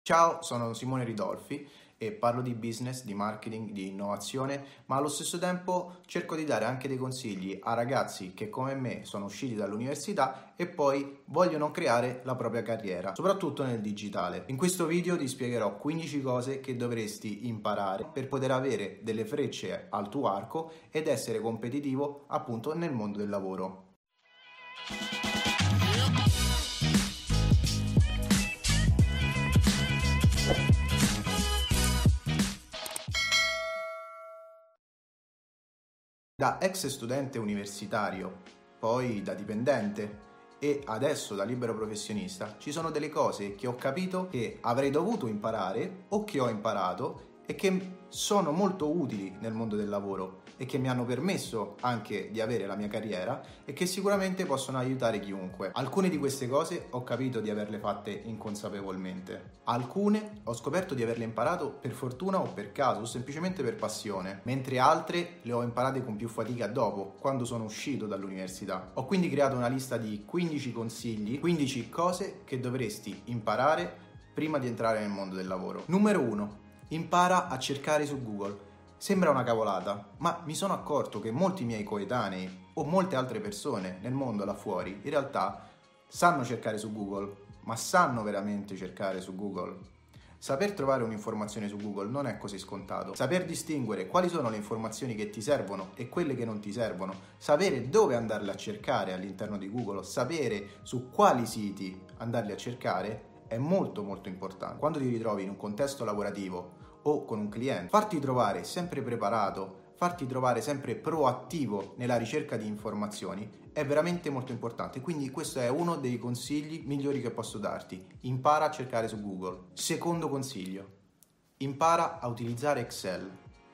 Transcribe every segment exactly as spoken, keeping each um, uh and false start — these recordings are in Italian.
Ciao, sono Simone Ridolfi e parlo di business, di marketing, di innovazione, ma allo stesso tempo cerco di dare anche dei consigli a ragazzi che come me sono usciti dall'università e poi vogliono creare la propria carriera, soprattutto nel digitale. In questo video ti spiegherò quindici cose che dovresti imparare per poter avere delle frecce al tuo arco ed essere competitivo appunto nel mondo del lavoro. Da ex studente universitario, poi da dipendente e adesso da libero professionista, ci sono delle cose che ho capito che avrei dovuto imparare o che ho imparato e che sono molto utili nel mondo del lavoro e che mi hanno permesso anche di avere la mia carriera e che sicuramente possono aiutare chiunque. Alcune di queste cose ho capito di averle fatte inconsapevolmente. Alcune ho scoperto di averle imparato per fortuna o per caso o semplicemente per passione, mentre altre le ho imparate con più fatica dopo, quando sono uscito dall'università. Ho quindi creato una lista di quindici consigli, quindici cose che dovresti imparare prima di entrare nel mondo del lavoro. Numero uno. Impara a cercare su Google. Sembra una cavolata, ma mi sono accorto che molti miei coetanei o molte altre persone nel mondo là fuori in realtà sanno cercare su Google, ma sanno veramente cercare su Google? Saper trovare un'informazione su Google non è così scontato. Saper distinguere quali sono le informazioni che ti servono e quelle che non ti servono, sapere dove andarle a cercare all'interno di Google, sapere su quali siti andarli a cercare è molto molto importante. Quando ti ritrovi in un contesto lavorativo o con un cliente, farti trovare sempre preparato, farti trovare sempre proattivo nella ricerca di informazioni è veramente molto importante. Quindi questo è uno dei consigli migliori che posso darti. Impara a cercare su Google. Secondo consiglio, impara a utilizzare Excel.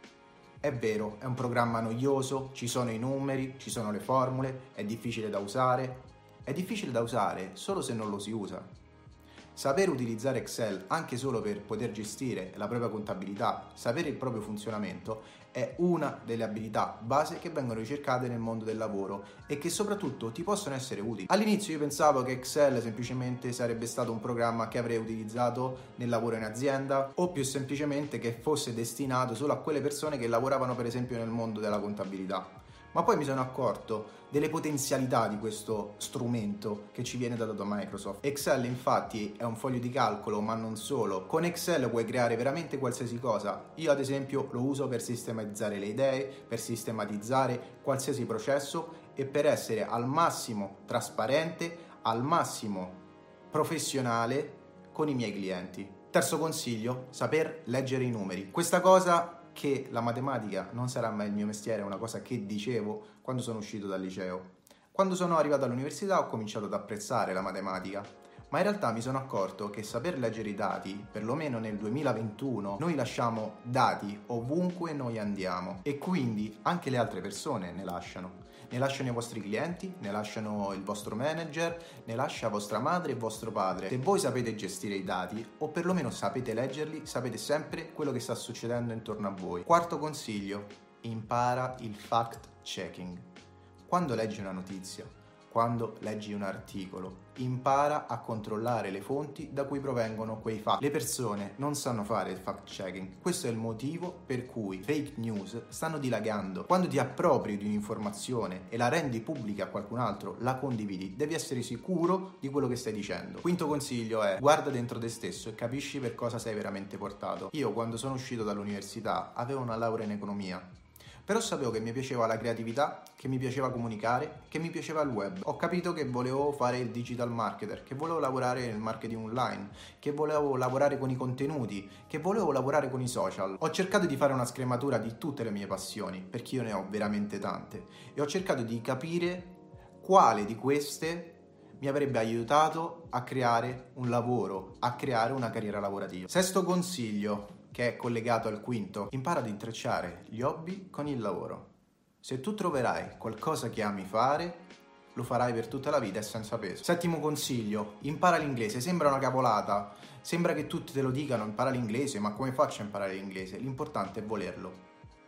È vero, è un programma noioso, ci sono i numeri, ci sono le formule, è difficile da usare. È difficile da usare solo se non lo si usa. Saper utilizzare Excel anche solo per poter gestire la propria contabilità, sapere il proprio funzionamento, è una delle abilità base che vengono ricercate nel mondo del lavoro e che soprattutto ti possono essere utili. All'inizio io pensavo che Excel semplicemente sarebbe stato un programma che avrei utilizzato nel lavoro in azienda o più semplicemente che fosse destinato solo a quelle persone che lavoravano per esempio nel mondo della contabilità. Ma poi mi sono accorto delle potenzialità di questo strumento che ci viene dato da Microsoft. Excel infatti è un foglio di calcolo, ma non solo. Con Excel puoi creare veramente qualsiasi cosa. Io ad esempio lo uso per sistematizzare le idee, per sistematizzare qualsiasi processo e per essere al massimo trasparente, al massimo professionale con i miei clienti. Terzo consiglio, saper leggere i numeri. Questa cosa che la matematica non sarà mai il mio mestiere è una cosa che dicevo quando sono uscito dal liceo. Quando sono arrivato all'università ho cominciato ad apprezzare la matematica, ma in realtà mi sono accorto che saper leggere i dati, perlomeno nel duemilaventuno, noi lasciamo dati ovunque noi andiamo e quindi anche le altre persone ne lasciano. Ne lasciano i vostri clienti, ne lasciano il vostro manager, ne lascia vostra madre e vostro padre. Se voi sapete gestire i dati, o perlomeno sapete leggerli, sapete sempre quello che sta succedendo intorno a voi. Quarto consiglio, impara il fact checking. Quando leggi una notizia, quando leggi un articolo, impara a controllare le fonti da cui provengono quei fatti. Le persone non sanno fare il fact checking, questo è il motivo per cui fake news stanno dilagando. Quando ti appropri di un'informazione e la rendi pubblica a qualcun altro, la condividi, devi essere sicuro di quello che stai dicendo. Quinto consiglio è: guarda dentro te stesso e capisci per cosa sei veramente portato. Io quando sono uscito dall'università avevo una laurea in economia, però sapevo che mi piaceva la creatività, che mi piaceva comunicare, che mi piaceva il web. Ho capito che volevo fare il digital marketer, che volevo lavorare nel marketing online, che volevo lavorare con i contenuti, che volevo lavorare con i social. Ho cercato di fare una scrematura di tutte le mie passioni, perché io ne ho veramente tante, e ho cercato di capire quale di queste mi avrebbe aiutato a creare un lavoro, a creare una carriera lavorativa. Sesto consiglio, che è collegato al quinto: impara ad intrecciare gli hobby con il lavoro. Se tu troverai qualcosa che ami fare, lo farai per tutta la vita e senza peso. Settimo consiglio, impara l'inglese. Sembra una cavolata, sembra che tutti te lo dicano, impara l'inglese, ma come faccio a imparare l'inglese? L'importante è volerlo.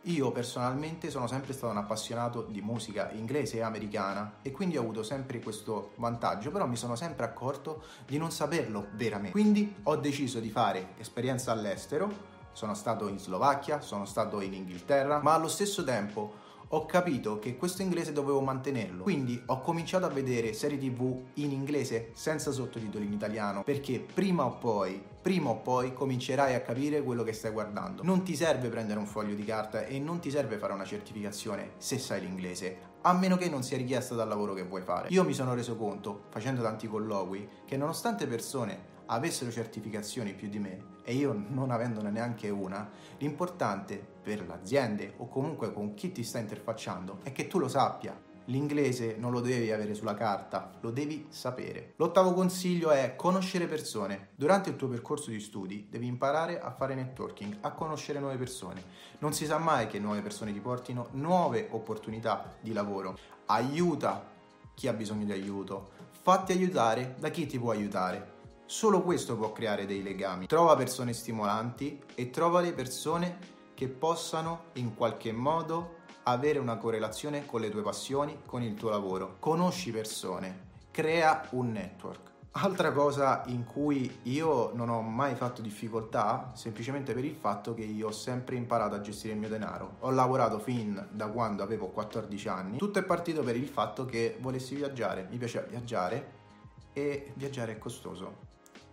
Io personalmente sono sempre stato un appassionato di musica inglese e americana e quindi ho avuto sempre questo vantaggio, però mi sono sempre accorto di non saperlo veramente. Quindi ho deciso di fare esperienza all'estero, sono stato in Slovacchia, sono stato in Inghilterra, ma allo stesso tempo ho capito che questo inglese dovevo mantenerlo, quindi ho cominciato a vedere serie tv in inglese senza sottotitoli in italiano, perché prima o poi, prima o poi comincerai a capire quello che stai guardando. Non ti serve prendere un foglio di carta e non ti serve fare una certificazione se sai l'inglese, a meno che non sia richiesta dal lavoro che vuoi fare. Io mi sono reso conto, facendo tanti colloqui, che nonostante persone avessero certificazioni più di me e io non avendone neanche una, l'importante per l'azienda o comunque con chi ti sta interfacciando è che tu lo sappia. L'inglese non lo devi avere sulla carta, lo devi sapere. L'ottavo consiglio è conoscere persone. Durante il tuo percorso di studi devi imparare a fare networking, a conoscere nuove persone. Non si sa mai che nuove persone ti portino nuove opportunità di lavoro. Aiuta chi ha bisogno di aiuto, fatti aiutare da chi ti può aiutare. Solo questo può creare dei legami. Trova persone stimolanti e trova le persone che possano in qualche modo avere una correlazione con le tue passioni, con il tuo lavoro. Conosci persone, crea un network. Altra cosa in cui io non ho mai fatto difficoltà, semplicemente per il fatto che io ho sempre imparato a gestire il mio denaro. Ho lavorato fin da quando avevo quattordici anni. Tutto è partito per il fatto che volessi viaggiare. Mi piaceva viaggiare e viaggiare è costoso.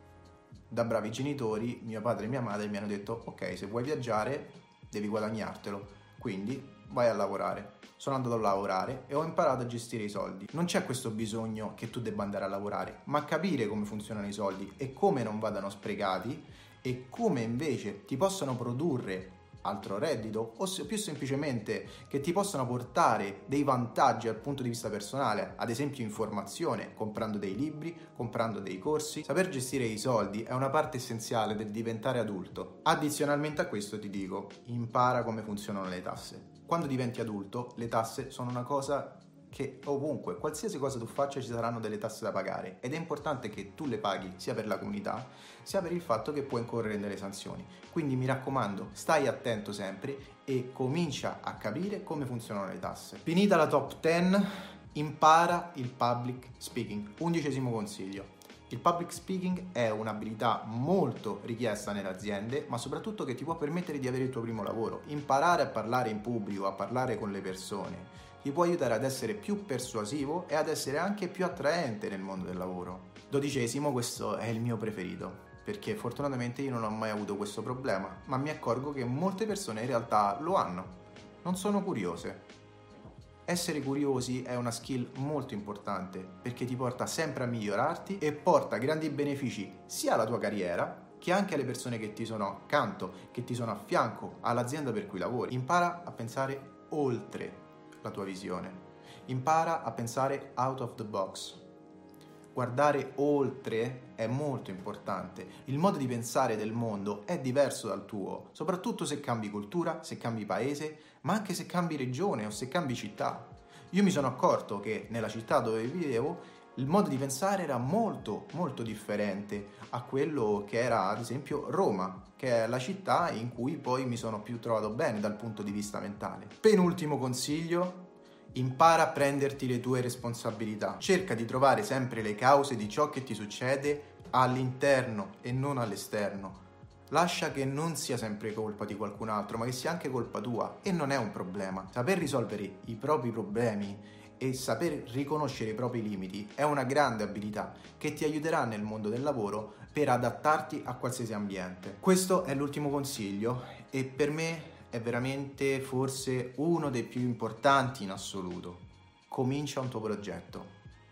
Da bravi genitori, mio padre e mia madre mi hanno detto: ok, se vuoi viaggiare devi guadagnartelo, quindi vai a lavorare. Sono andato a lavorare e ho imparato a gestire i soldi. Non c'è questo bisogno che tu debba andare a lavorare, ma capire come funzionano i soldi e come non vadano sprecati e come invece ti possano produrre altro reddito o se più semplicemente che ti possano portare dei vantaggi dal punto di vista personale, ad esempio informazione, comprando dei libri, comprando dei corsi. Saper gestire i soldi è una parte essenziale del diventare adulto. Addizionalmente a questo ti dico, impara come funzionano le tasse. Quando diventi adulto, le tasse sono una cosa che ovunque, qualsiasi cosa tu faccia, ci saranno delle tasse da pagare ed è importante che tu le paghi sia per la comunità sia per il fatto che puoi incorrere in delle sanzioni. Quindi mi raccomando, stai attento sempre e comincia a capire come funzionano le tasse. Finita la top dieci, impara il public speaking. Undicesimo consiglio. Il public speaking è un'abilità molto richiesta nelle aziende, ma soprattutto che ti può permettere di avere il tuo primo lavoro. Imparare a parlare in pubblico, a parlare con le persone, ti può aiutare ad essere più persuasivo e ad essere anche più attraente nel mondo del lavoro. Dodicesimo, questo è il mio preferito, perché fortunatamente io non ho mai avuto questo problema, ma mi accorgo che molte persone in realtà lo hanno. Non sono curiose. Essere curiosi è una skill molto importante perché ti porta sempre a migliorarti e porta grandi benefici sia alla tua carriera che anche alle persone che ti sono accanto, che ti sono a fianco, all'azienda per cui lavori. Impara a pensare oltre la tua visione. Impara a pensare out of the box. Guardare oltre è molto importante. Il modo di pensare del mondo è diverso dal tuo, soprattutto se cambi cultura, se cambi paese, ma anche se cambi regione o se cambi città. Io mi sono accorto che nella città dove vivevo il modo di pensare era molto molto differente a quello che era ad esempio Roma, che è la città in cui poi mi sono più trovato bene dal punto di vista mentale. Penultimo consiglio: impara a prenderti le tue responsabilità. Cerca di trovare sempre le cause di ciò che ti succede all'interno e non all'esterno. Lascia che non sia sempre colpa di qualcun altro, ma che sia anche colpa tua, e non è un problema. Saper risolvere i propri problemi e saper riconoscere i propri limiti è una grande abilità che ti aiuterà nel mondo del lavoro per adattarti a qualsiasi ambiente. Questo è l'ultimo consiglio e per me è veramente forse uno dei più importanti in assoluto. Comincia un tuo progetto.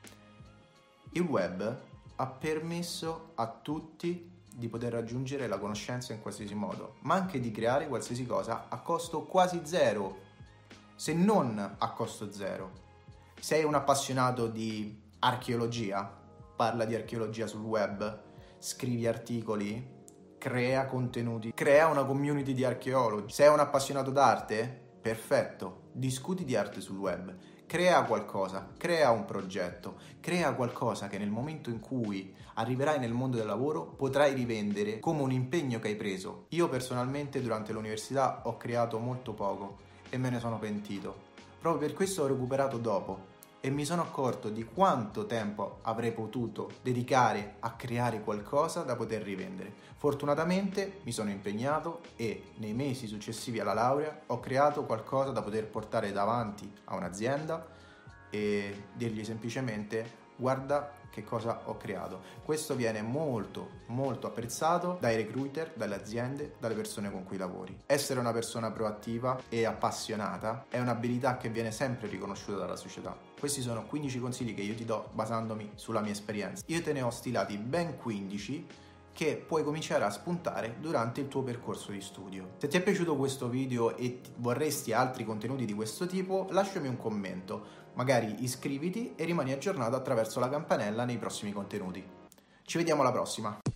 Il web ha permesso a tutti di poter raggiungere la conoscenza in qualsiasi modo, ma anche di creare qualsiasi cosa a costo quasi zero, se non a costo zero. Sei un appassionato di archeologia? Parla di archeologia sul web, scrivi articoli, crea contenuti, crea una community di archeologi. Sei un appassionato d'arte? Perfetto, discuti di arte sul web, crea qualcosa, crea un progetto, crea qualcosa che nel momento in cui arriverai nel mondo del lavoro potrai rivendere come un impegno che hai preso. Io personalmente durante l'università ho creato molto poco e me ne sono pentito. Proprio per questo ho recuperato dopo e mi sono accorto di quanto tempo avrei potuto dedicare a creare qualcosa da poter rivendere. Fortunatamente mi sono impegnato e nei mesi successivi alla laurea ho creato qualcosa da poter portare davanti a un'azienda e dirgli semplicemente: guarda che cosa ho creato. Questo viene molto molto apprezzato dai recruiter, dalle aziende, dalle persone con cui lavori. Essere una persona proattiva e appassionata è un'abilità che viene sempre riconosciuta dalla società. Questi sono quindici consigli che io ti do basandomi sulla mia esperienza. Io te ne ho stilati ben quindici che puoi cominciare a spuntare durante il tuo percorso di studio. Se ti è piaciuto questo video e vorresti altri contenuti di questo tipo, lasciami un commento, magari iscriviti e rimani aggiornato attraverso la campanella nei prossimi contenuti. Ci vediamo alla prossima!